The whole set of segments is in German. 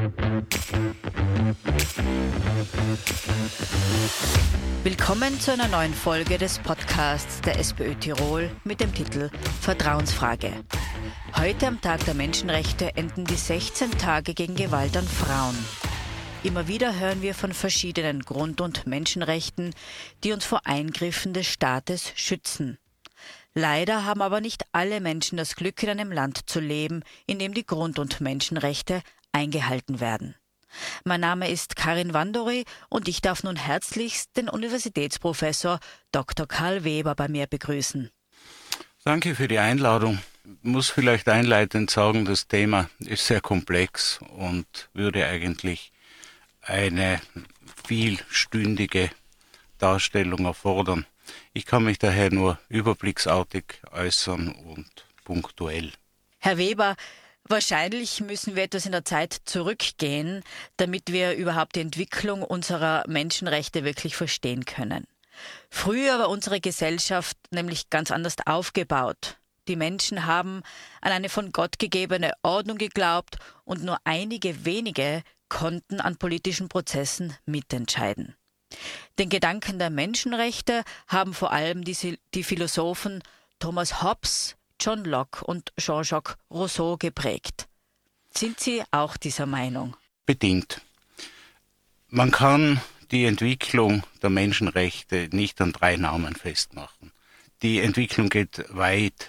Willkommen zu einer neuen Folge des Podcasts der SPÖ Tirol mit dem Titel Vertrauensfrage. Heute am Tag der Menschenrechte enden die 16 Tage gegen Gewalt an Frauen. Immer wieder hören wir von verschiedenen Grund- und Menschenrechten, die uns vor Eingriffen des Staates schützen. Leider haben aber nicht alle Menschen das Glück, in einem Land zu leben, in dem die Grund- und Menschenrechte eingehalten werden. Mein Name ist Karin Wandory und ich darf nun herzlichst den Universitätsprofessor Dr. Karl Weber bei mir begrüßen. Danke für die Einladung. Ich muss vielleicht einleitend sagen, das Thema ist sehr komplex und würde eigentlich eine vielstündige Darstellung erfordern. Ich kann mich daher nur überblicksartig äußern und punktuell. Herr Weber, wahrscheinlich müssen wir etwas in der Zeit zurückgehen, damit wir überhaupt die Entwicklung unserer Menschenrechte wirklich verstehen können. Früher war unsere Gesellschaft nämlich ganz anders aufgebaut. Die Menschen haben an eine von Gott gegebene Ordnung geglaubt und nur einige wenige konnten an politischen Prozessen mitentscheiden. Den Gedanken der Menschenrechte haben vor allem die Philosophen Thomas Hobbes, John Locke und Jean-Jacques Rousseau geprägt. Sind Sie auch dieser Meinung? Bedingt. Man kann die Entwicklung der Menschenrechte nicht an 3 Namen festmachen. Die Entwicklung geht weit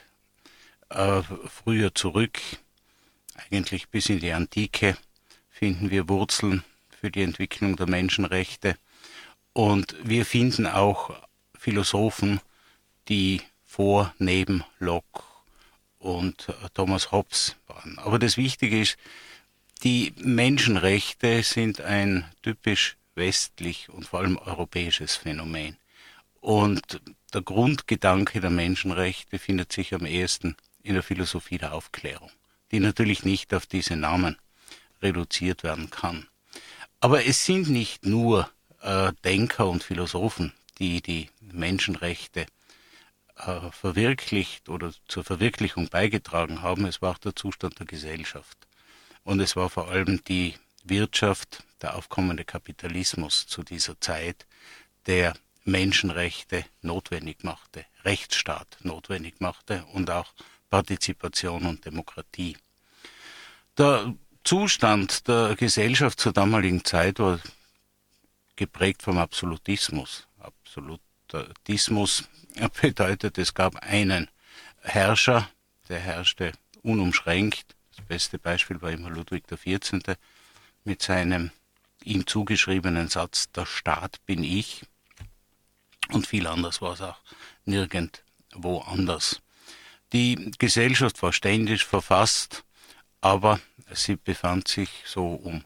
früher zurück, eigentlich bis in die Antike finden wir Wurzeln für die Entwicklung der Menschenrechte. Und wir finden auch Philosophen, die vor, neben Locke und Thomas Hobbes waren. Aber das Wichtige ist, die Menschenrechte sind ein typisch westlich und vor allem europäisches Phänomen. Und der Grundgedanke der Menschenrechte findet sich am ehesten in der Philosophie der Aufklärung, die natürlich nicht auf diese Namen reduziert werden kann. Aber es sind nicht nur Denker und Philosophen, die die Menschenrechte verwirklicht oder zur Verwirklichung beigetragen haben. Es war auch der Zustand der Gesellschaft. Und es war vor allem die Wirtschaft, der aufkommende Kapitalismus zu dieser Zeit, der Menschenrechte notwendig machte, Rechtsstaat notwendig machte und auch Partizipation und Demokratie. Der Zustand der Gesellschaft zur damaligen Zeit war geprägt vom Absolutismus. Absolutismus bedeutet, es gab einen Herrscher, der herrschte unumschränkt. Das beste Beispiel war immer Ludwig XIV. Mit seinem ihm zugeschriebenen Satz, der Staat bin ich. Und viel anders war es auch nirgendwo anders. Die Gesellschaft war ständisch verfasst, aber sie befand sich so um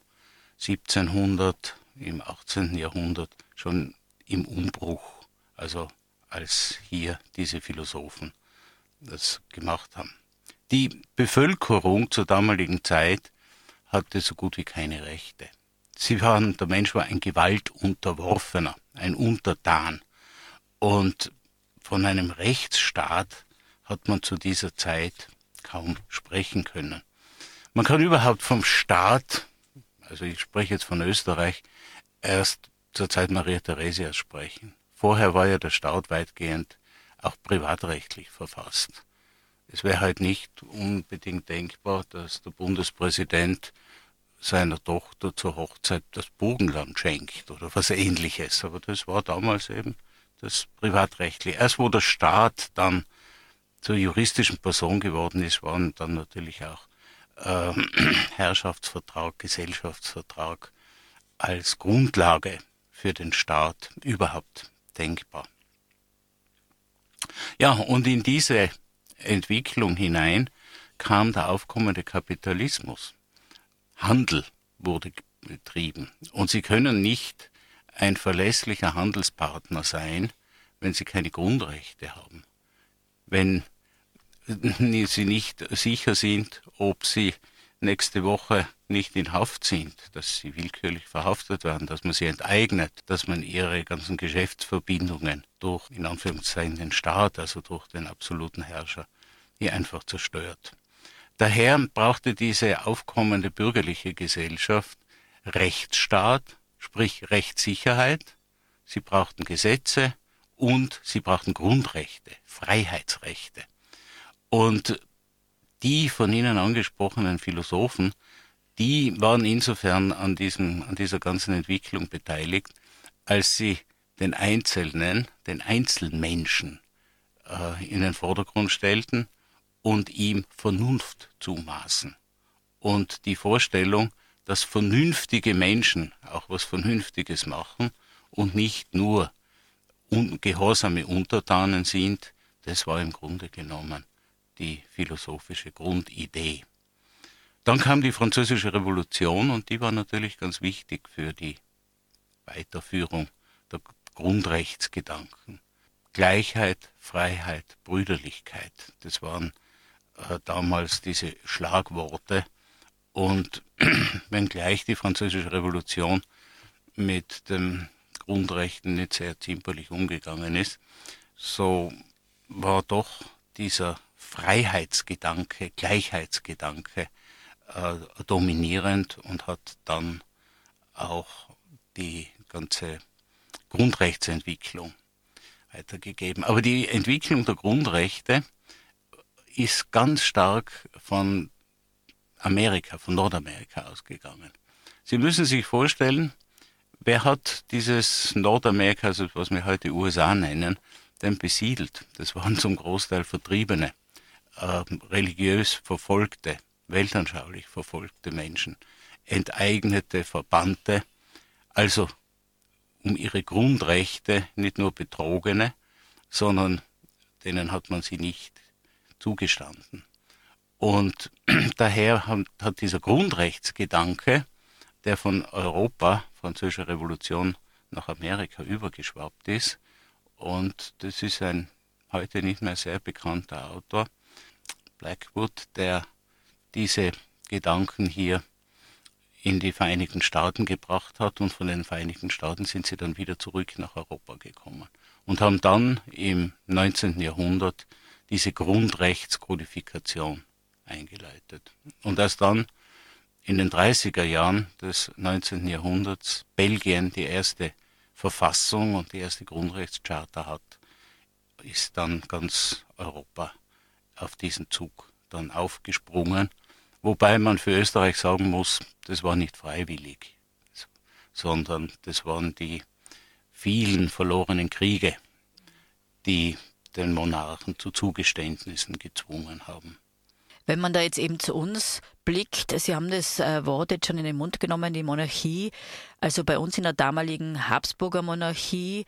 1700, im 18. Jahrhundert schon im Umbruch, also als hier diese Philosophen das gemacht haben. Die Bevölkerung zur damaligen Zeit hatte so gut wie keine Rechte. Der Mensch war ein Gewaltunterworfener, ein Untertan. Und von einem Rechtsstaat hat man zu dieser Zeit kaum sprechen können. Man kann überhaupt vom Staat, also ich spreche jetzt von Österreich, erst zur Zeit Maria Theresias sprechen. Vorher war ja der Staat weitgehend auch privatrechtlich verfasst. Es wäre halt nicht unbedingt denkbar, dass der Bundespräsident seiner Tochter zur Hochzeit das Burgenland schenkt oder was Ähnliches. Aber das war damals eben das Privatrechtliche. Erst wo der Staat dann zur juristischen Person geworden ist, waren dann natürlich auch Herrschaftsvertrag, Gesellschaftsvertrag als Grundlage für den Staat überhaupt denkbar. Ja, und in diese Entwicklung hinein kam der aufkommende Kapitalismus. Handel wurde betrieben. Und Sie können nicht ein verlässlicher Handelspartner sein, wenn Sie keine Grundrechte haben. Wenn Sie nicht sicher sind, ob Sie nächste Woche nicht in Haft sind, dass sie willkürlich verhaftet werden, dass man sie enteignet, dass man ihre ganzen Geschäftsverbindungen durch, in Anführungszeichen, den Staat, also durch den absoluten Herrscher, hier einfach zerstört. Daher brauchte diese aufkommende bürgerliche Gesellschaft Rechtsstaat, sprich Rechtssicherheit. Sie brauchten Gesetze und sie brauchten Grundrechte, Freiheitsrechte. Und die von Ihnen angesprochenen Philosophen, die waren insofern an dieser ganzen Entwicklung beteiligt, als sie den Einzelmenschen in den Vordergrund stellten und ihm Vernunft zumaßen. Und die Vorstellung, dass vernünftige Menschen auch was Vernünftiges machen und nicht nur gehorsame Untertanen sind, das war im Grunde genommen die philosophische Grundidee. Dann kam die Französische Revolution und die war natürlich ganz wichtig für die Weiterführung der Grundrechtsgedanken. Gleichheit, Freiheit, Brüderlichkeit, das waren damals diese Schlagworte. Und wenngleich die Französische Revolution mit den Grundrechten nicht sehr zimperlich umgegangen ist, so war doch dieser Freiheitsgedanke, Gleichheitsgedanke dominierend und hat dann auch die ganze Grundrechtsentwicklung weitergegeben. Aber die Entwicklung der Grundrechte ist ganz stark von Nordamerika ausgegangen. Sie müssen sich vorstellen, wer hat dieses Nordamerika, also was wir heute USA nennen, denn besiedelt? Das waren zum Großteil Vertriebene, religiös Verfolgte, weltanschaulich verfolgte Menschen, enteignete, Verbannte, also um ihre Grundrechte nicht nur Betrogene, sondern denen hat man sie nicht zugestanden. Und daher hat dieser Grundrechtsgedanke, der von Europa, Französische Revolution, nach Amerika übergeschwappt ist, und das ist ein heute nicht mehr sehr bekannter Autor, Blackwood, der diese Gedanken hier in die Vereinigten Staaten gebracht hat, und von den Vereinigten Staaten sind sie dann wieder zurück nach Europa gekommen und haben dann im 19. Jahrhundert diese Grundrechtskodifikation eingeleitet. Und als dann in den 30er Jahren des 19. Jahrhunderts Belgien die erste Verfassung und die erste Grundrechtscharta hat, ist dann ganz Europa auf diesen Zug dann aufgesprungen. Wobei man für Österreich sagen muss, das war nicht freiwillig, sondern das waren die vielen verlorenen Kriege, die den Monarchen zu Zugeständnissen gezwungen haben. Wenn man da jetzt eben zu uns blickt, Sie haben das Wort jetzt schon in den Mund genommen, die Monarchie, also bei uns in der damaligen Habsburger Monarchie,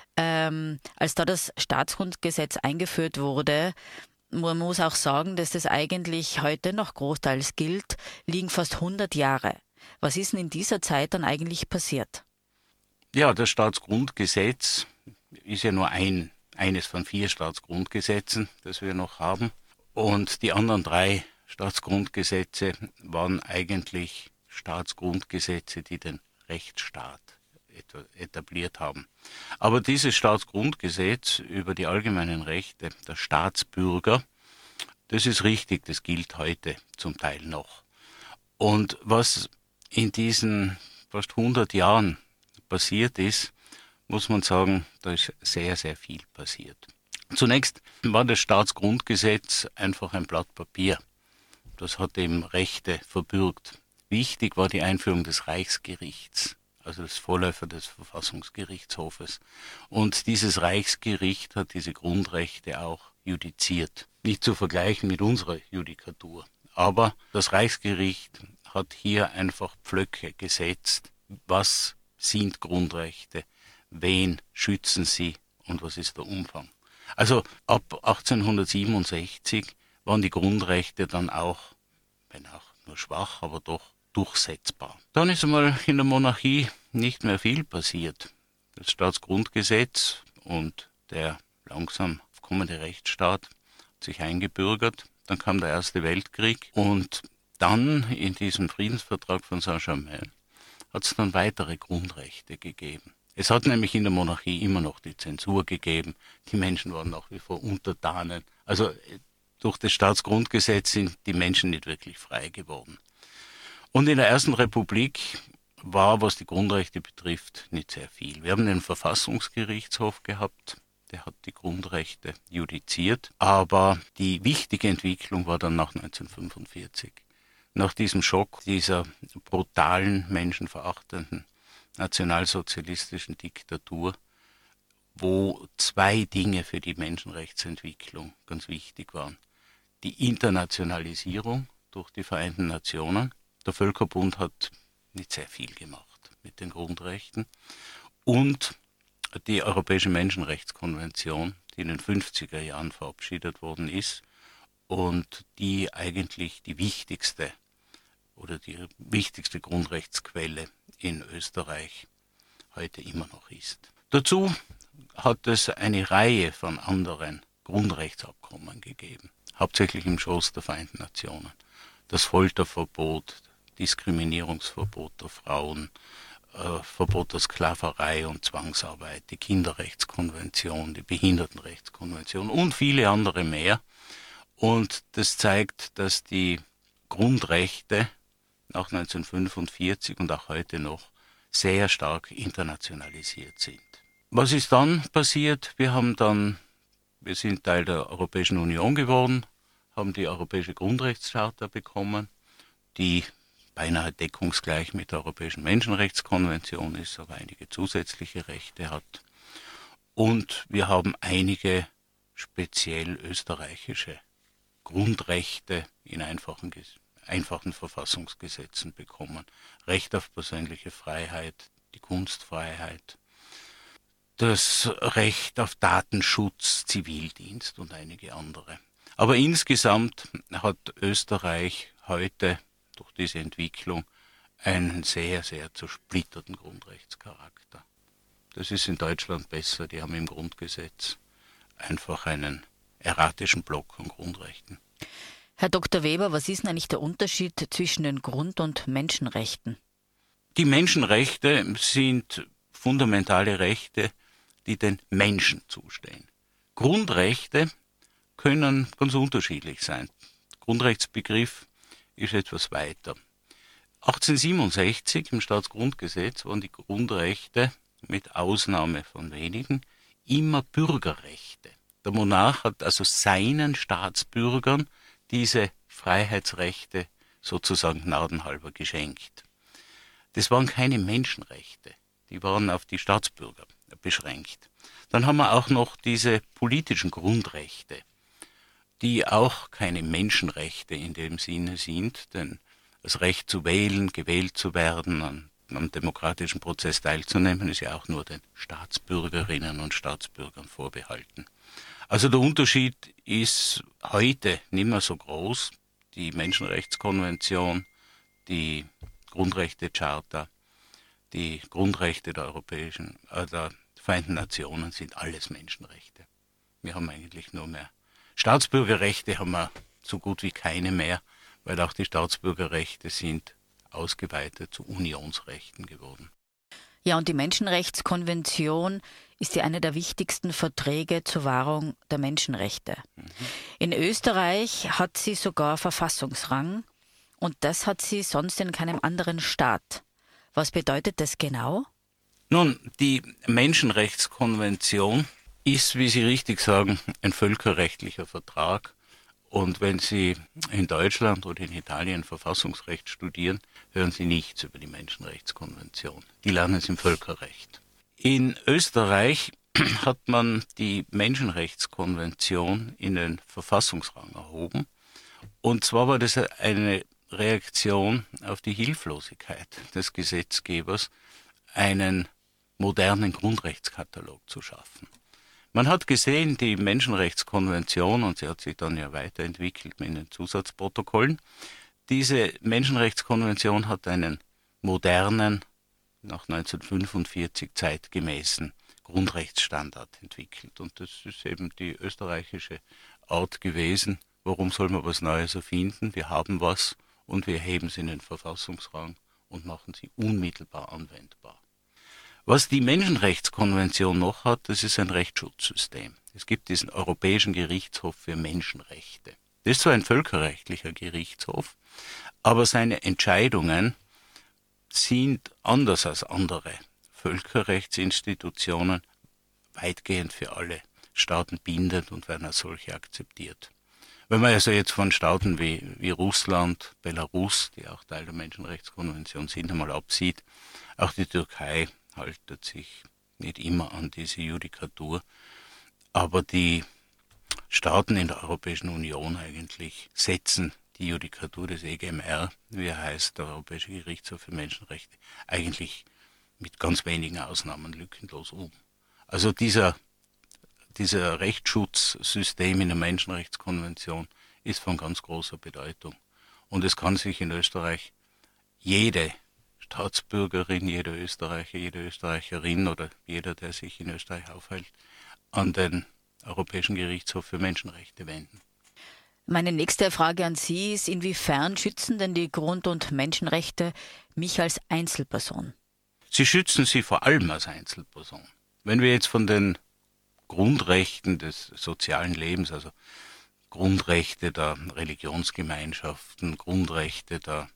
als da das Staatsgrundgesetz eingeführt wurde, man muss auch sagen, dass das eigentlich heute noch großteils gilt, liegen fast 100 Jahre. Was ist denn in dieser Zeit dann eigentlich passiert? Ja, das Staatsgrundgesetz ist ja nur eines von 4 Staatsgrundgesetzen, das wir noch haben. Und die anderen 3 Staatsgrundgesetze waren eigentlich Staatsgrundgesetze, die den Rechtsstaat etabliert haben. Aber dieses Staatsgrundgesetz über die allgemeinen Rechte der Staatsbürger, das ist richtig, das gilt heute zum Teil noch. Und was in diesen fast 100 Jahren passiert ist, muss man sagen, da ist sehr, sehr viel passiert. Zunächst war das Staatsgrundgesetz einfach ein Blatt Papier. Das hat eben Rechte verbürgt. Wichtig war die Einführung des Reichsgerichts, also des Vorläufer des Verfassungsgerichtshofes. Und dieses Reichsgericht hat diese Grundrechte auch judiziert. Nicht zu vergleichen mit unserer Judikatur. Aber das Reichsgericht hat hier einfach Pflöcke gesetzt. Was sind Grundrechte? Wen schützen sie? Und was ist der Umfang? Also ab 1867 waren die Grundrechte dann auch, wenn auch nur schwach, aber doch durchsetzbar. Dann ist einmal in der Monarchie nicht mehr viel passiert. Das Staatsgrundgesetz und der langsam kommende Rechtsstaat hat sich eingebürgert. Dann kam der Erste Weltkrieg und dann in diesem Friedensvertrag von Saint-Germain hat es dann weitere Grundrechte gegeben. Es hat nämlich in der Monarchie immer noch die Zensur gegeben. Die Menschen waren nach wie vor Untertanen. Also durch das Staatsgrundgesetz sind die Menschen nicht wirklich frei geworden. Und in der Ersten Republik war, was die Grundrechte betrifft, nicht sehr viel. Wir haben den Verfassungsgerichtshof gehabt, der hat die Grundrechte judiziert, aber die wichtige Entwicklung war dann nach 1945. Nach diesem Schock dieser brutalen, menschenverachtenden, nationalsozialistischen Diktatur, wo zwei Dinge für die Menschenrechtsentwicklung ganz wichtig waren. Die Internationalisierung durch die Vereinten Nationen. Der Völkerbund hat nicht sehr viel gemacht mit den Grundrechten. Und die Europäische Menschenrechtskonvention, die in den 50er Jahren verabschiedet worden ist und die eigentlich die wichtigste Grundrechtsquelle in Österreich heute immer noch ist. Dazu hat es eine Reihe von anderen Grundrechtsabkommen gegeben, hauptsächlich im Schoß der Vereinten Nationen. Das Folterverbot, Diskriminierungsverbot der Frauen, Verbot der Sklaverei und Zwangsarbeit, die Kinderrechtskonvention, die Behindertenrechtskonvention und viele andere mehr. Und das zeigt, dass die Grundrechte nach 1945 und auch heute noch sehr stark internationalisiert sind. Was ist dann passiert? Wir sind Teil der Europäischen Union geworden, haben die Europäische Grundrechtscharta bekommen, die beinahe deckungsgleich mit der Europäischen Menschenrechtskonvention ist, aber einige zusätzliche Rechte hat. Und wir haben einige speziell österreichische Grundrechte in einfachen Verfassungsgesetzen bekommen. Recht auf persönliche Freiheit, die Kunstfreiheit, das Recht auf Datenschutz, Zivildienst und einige andere. Aber insgesamt hat Österreich heute durch diese Entwicklung einen sehr, sehr zersplitterten Grundrechtscharakter. Das ist in Deutschland besser, die haben im Grundgesetz einfach einen erratischen Block an Grundrechten. Herr Dr. Weber, was ist denn eigentlich der Unterschied zwischen den Grund- und Menschenrechten? Die Menschenrechte sind fundamentale Rechte, die den Menschen zustehen. Grundrechte können ganz unterschiedlich sein. Der Grundrechtsbegriff ist etwas weiter. 1867 im Staatsgrundgesetz waren die Grundrechte, mit Ausnahme von wenigen, immer Bürgerrechte. Der Monarch hat also seinen Staatsbürgern diese Freiheitsrechte sozusagen gnadenhalber geschenkt. Das waren keine Menschenrechte, die waren auf die Staatsbürger beschränkt. Dann haben wir auch noch diese politischen Grundrechte, die auch keine Menschenrechte in dem Sinne sind, denn das Recht zu wählen, gewählt zu werden, am demokratischen Prozess teilzunehmen, ist ja auch nur den Staatsbürgerinnen und Staatsbürgern vorbehalten. Also der Unterschied ist heute nicht mehr so groß. Die Menschenrechtskonvention, die Grundrechtecharta, die Grundrechte der Vereinten Nationen sind alles Menschenrechte. Wir haben eigentlich nur mehr Staatsbürgerrechte, haben wir so gut wie keine mehr, weil auch die Staatsbürgerrechte sind ausgeweitet zu Unionsrechten geworden. Ja, und die Menschenrechtskonvention ist ja eine der wichtigsten Verträge zur Wahrung der Menschenrechte. In Österreich hat sie sogar Verfassungsrang und das hat sie sonst in keinem anderen Staat. Was bedeutet das genau? Nun, die Menschenrechtskonvention ist, wie Sie richtig sagen, ein völkerrechtlicher Vertrag. Und wenn Sie in Deutschland oder in Italien Verfassungsrecht studieren, hören Sie nichts über die Menschenrechtskonvention. Die lernen Sie im Völkerrecht. In Österreich hat man die Menschenrechtskonvention in den Verfassungsrang erhoben. Und zwar war das eine Reaktion auf die Hilflosigkeit des Gesetzgebers, einen modernen Grundrechtskatalog zu schaffen. Man hat gesehen, die Menschenrechtskonvention, und sie hat sich dann ja weiterentwickelt mit den Zusatzprotokollen, diese Menschenrechtskonvention hat einen modernen, nach 1945 zeitgemäßen Grundrechtsstandard entwickelt. Und das ist eben die österreichische Art gewesen. Warum soll man was Neues erfinden? Wir haben was und wir heben sie in den Verfassungsrang und machen sie unmittelbar anwendbar. Was die Menschenrechtskonvention noch hat, das ist ein Rechtsschutzsystem. Es gibt diesen Europäischen Gerichtshof für Menschenrechte. Das ist zwar ein völkerrechtlicher Gerichtshof, aber seine Entscheidungen sind anders als andere Völkerrechtsinstitutionen weitgehend für alle Staaten bindend und werden als solche akzeptiert. Wenn man also jetzt von Staaten wie Russland, Belarus, die auch Teil der Menschenrechtskonvention sind, einmal absieht, auch die Türkei haltet sich nicht immer an diese Judikatur, aber die Staaten in der Europäischen Union eigentlich setzen die Judikatur des EGMR, wie er heißt, der Europäische Gerichtshof für Menschenrechte, eigentlich mit ganz wenigen Ausnahmen lückenlos um. Also dieser Rechtsschutzsystem in der Menschenrechtskonvention ist von ganz großer Bedeutung. Und es kann sich in Österreich jede Staatsbürgerin, jeder Österreicher, jede Österreicherin oder jeder, der sich in Österreich aufhält, an den Europäischen Gerichtshof für Menschenrechte wenden. Meine nächste Frage an Sie ist, inwiefern schützen denn die Grund- und Menschenrechte mich als Einzelperson? Sie schützen sie vor allem als Einzelperson. Wenn wir jetzt von den Grundrechten des sozialen Lebens, also Grundrechte der Religionsgemeinschaften, Grundrechte der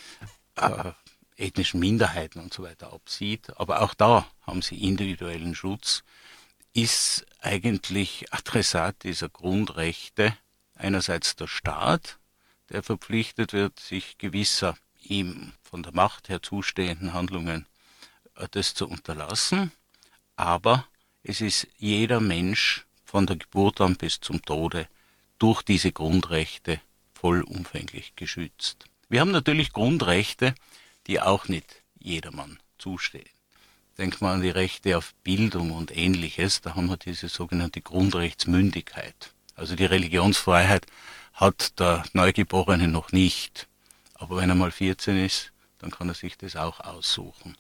ethnischen Minderheiten und so weiter absieht, aber auch da haben sie individuellen Schutz, ist eigentlich Adressat dieser Grundrechte einerseits der Staat, der verpflichtet wird, sich gewisser ihm von der Macht her zustehenden Handlungen das zu unterlassen, aber es ist jeder Mensch von der Geburt an bis zum Tode durch diese Grundrechte vollumfänglich geschützt. Wir haben natürlich Grundrechte, die auch nicht jedermann zustehen. Denkt man an die Rechte auf Bildung und Ähnliches, da haben wir diese sogenannte Grundrechtsmündigkeit. Also die Religionsfreiheit hat der Neugeborene noch nicht. Aber wenn er mal 14 ist, dann kann er sich das auch aussuchen.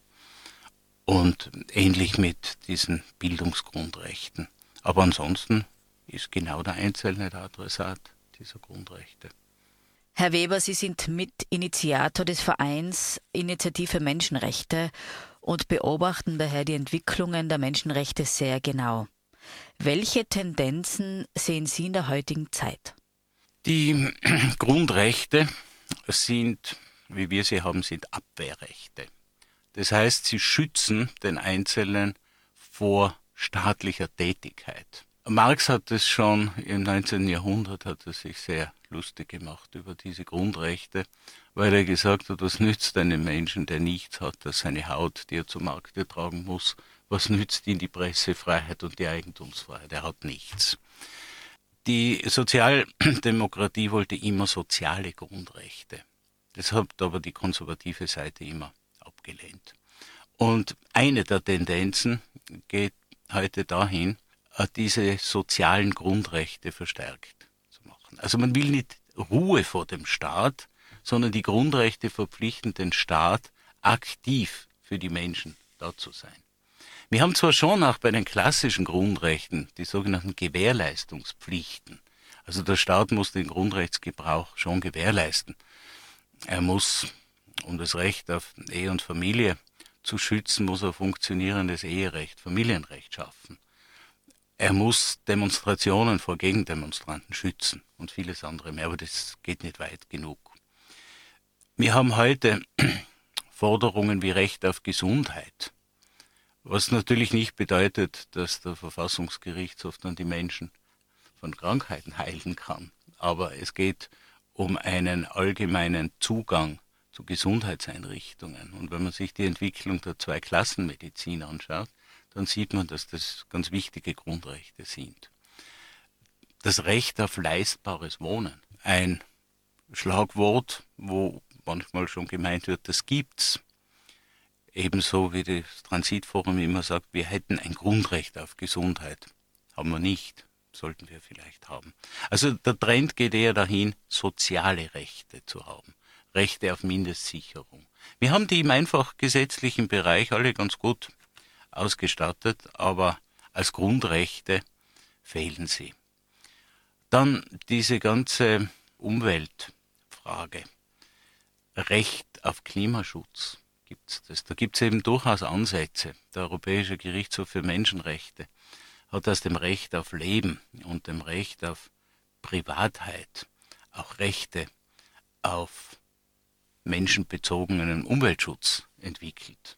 Und ähnlich mit diesen Bildungsgrundrechten. Aber ansonsten ist genau der Einzelne der Adressat dieser Grundrechte. Herr Weber, Sie sind Mitinitiator des Vereins Initiative Menschenrechte und beobachten daher die Entwicklungen der Menschenrechte sehr genau. Welche Tendenzen sehen Sie in der heutigen Zeit? Die Grundrechte sind, wie wir sie haben, sind Abwehrrechte. Das heißt, sie schützen den Einzelnen vor staatlicher Tätigkeit. Marx hat es schon im 19. Jahrhundert, hat er sich sehr lustig gemacht über diese Grundrechte, weil er gesagt hat, was nützt einem Menschen, der nichts hat, als seine Haut, die er zum Markte tragen muss, was nützt ihm die Pressefreiheit und die Eigentumsfreiheit? Er hat nichts. Die Sozialdemokratie wollte immer soziale Grundrechte. Das hat aber die konservative Seite immer abgelehnt. Und eine der Tendenzen geht heute dahin, diese sozialen Grundrechte verstärkt zu machen. Also man will nicht Ruhe vor dem Staat, sondern die Grundrechte verpflichten den Staat, aktiv für die Menschen da zu sein. Wir haben zwar schon auch bei den klassischen Grundrechten die sogenannten Gewährleistungspflichten. Also der Staat muss den Grundrechtsgebrauch schon gewährleisten. Er muss, um das Recht auf Ehe und Familie zu schützen, muss er funktionierendes Eherecht, Familienrecht schaffen. Er muss Demonstrationen vor Gegendemonstranten schützen und vieles andere mehr, aber das geht nicht weit genug. Wir haben heute Forderungen wie Recht auf Gesundheit, was natürlich nicht bedeutet, dass der Verfassungsgerichtshof dann die Menschen von Krankheiten heilen kann. Aber es geht um einen allgemeinen Zugang zu Gesundheitseinrichtungen. Und wenn man sich die Entwicklung der Zweiklassenmedizin anschaut, dann sieht man, dass das ganz wichtige Grundrechte sind. Das Recht auf leistbares Wohnen, ein Schlagwort, wo manchmal schon gemeint wird, das gibt's. Ebenso wie das Transitforum immer sagt, wir hätten ein Grundrecht auf Gesundheit. Haben wir nicht, sollten wir vielleicht haben. Also der Trend geht eher dahin, soziale Rechte zu haben. Rechte auf Mindestsicherung. Wir haben die im einfach gesetzlichen Bereich alle ganz gut ausgestattet, aber als Grundrechte fehlen sie. Dann diese ganze Umweltfrage. Recht auf Klimaschutz gibt's das. Da gibt's eben durchaus Ansätze. Der Europäische Gerichtshof für Menschenrechte hat aus dem Recht auf Leben und dem Recht auf Privatheit auch Rechte auf menschenbezogenen Umweltschutz entwickelt.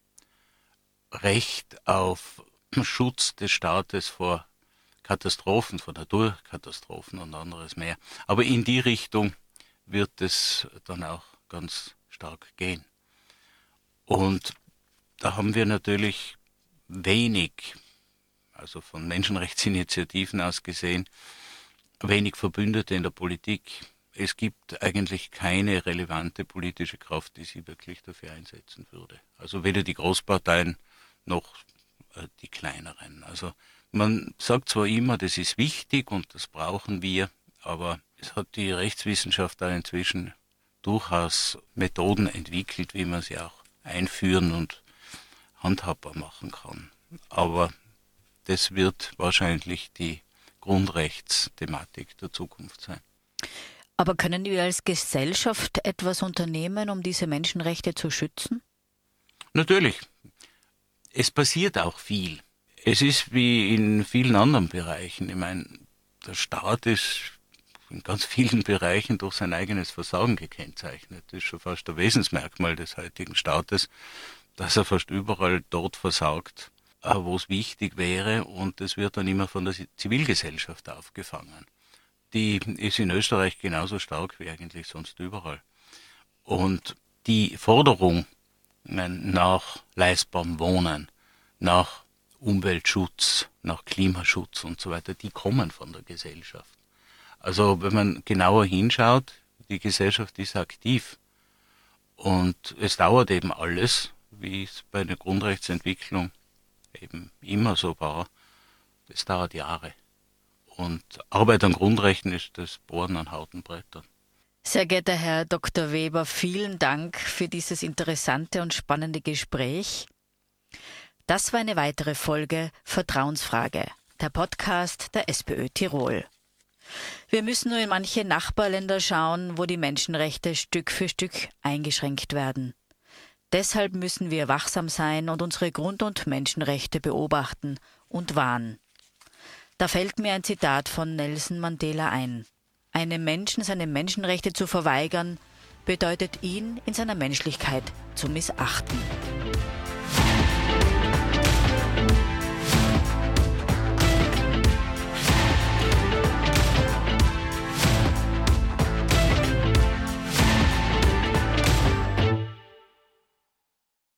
Recht auf Schutz des Staates vor Katastrophen, vor Naturkatastrophen und anderes mehr. Aber in die Richtung wird es dann auch ganz stark gehen. Und da haben wir natürlich wenig, also von Menschenrechtsinitiativen aus gesehen, wenig Verbündete in der Politik. Es gibt eigentlich keine relevante politische Kraft, die sich wirklich dafür einsetzen würde. Also weder die Großparteien noch die kleineren. Also man sagt zwar immer, das ist wichtig und das brauchen wir, aber es hat die Rechtswissenschaft da inzwischen durchaus Methoden entwickelt, wie man sie auch einführen und handhabbar machen kann. Aber das wird wahrscheinlich die Grundrechtsthematik der Zukunft sein. Aber können wir als Gesellschaft etwas unternehmen, um diese Menschenrechte zu schützen? Natürlich. Es passiert auch viel. Es ist wie in vielen anderen Bereichen. Ich meine, der Staat ist in ganz vielen Bereichen durch sein eigenes Versagen gekennzeichnet. Das ist schon fast ein Wesensmerkmal des heutigen Staates, dass er fast überall dort versagt, wo es wichtig wäre, und das wird dann immer von der Zivilgesellschaft aufgefangen. Die ist in Österreich genauso stark wie eigentlich sonst überall. Und die Forderung nach leistbarem Wohnen, nach Umweltschutz, nach Klimaschutz und so weiter, die kommen von der Gesellschaft. Also wenn man genauer hinschaut, die Gesellschaft ist aktiv. Und es dauert eben alles, wie es bei der Grundrechtsentwicklung eben immer so war. Es dauert Jahre. Und Arbeit an Grundrechten ist das Bohren an harten Brettern. Sehr geehrter Herr Dr. Weber, vielen Dank für dieses interessante und spannende Gespräch. Das war eine weitere Folge Vertrauensfrage, der Podcast der SPÖ Tirol. Wir müssen nur in manche Nachbarländer schauen, wo die Menschenrechte Stück für Stück eingeschränkt werden. Deshalb müssen wir wachsam sein und unsere Grund- und Menschenrechte beobachten und wahren. Da fällt mir ein Zitat von Nelson Mandela ein. Einem Menschen seine Menschenrechte zu verweigern, bedeutet ihn in seiner Menschlichkeit zu missachten.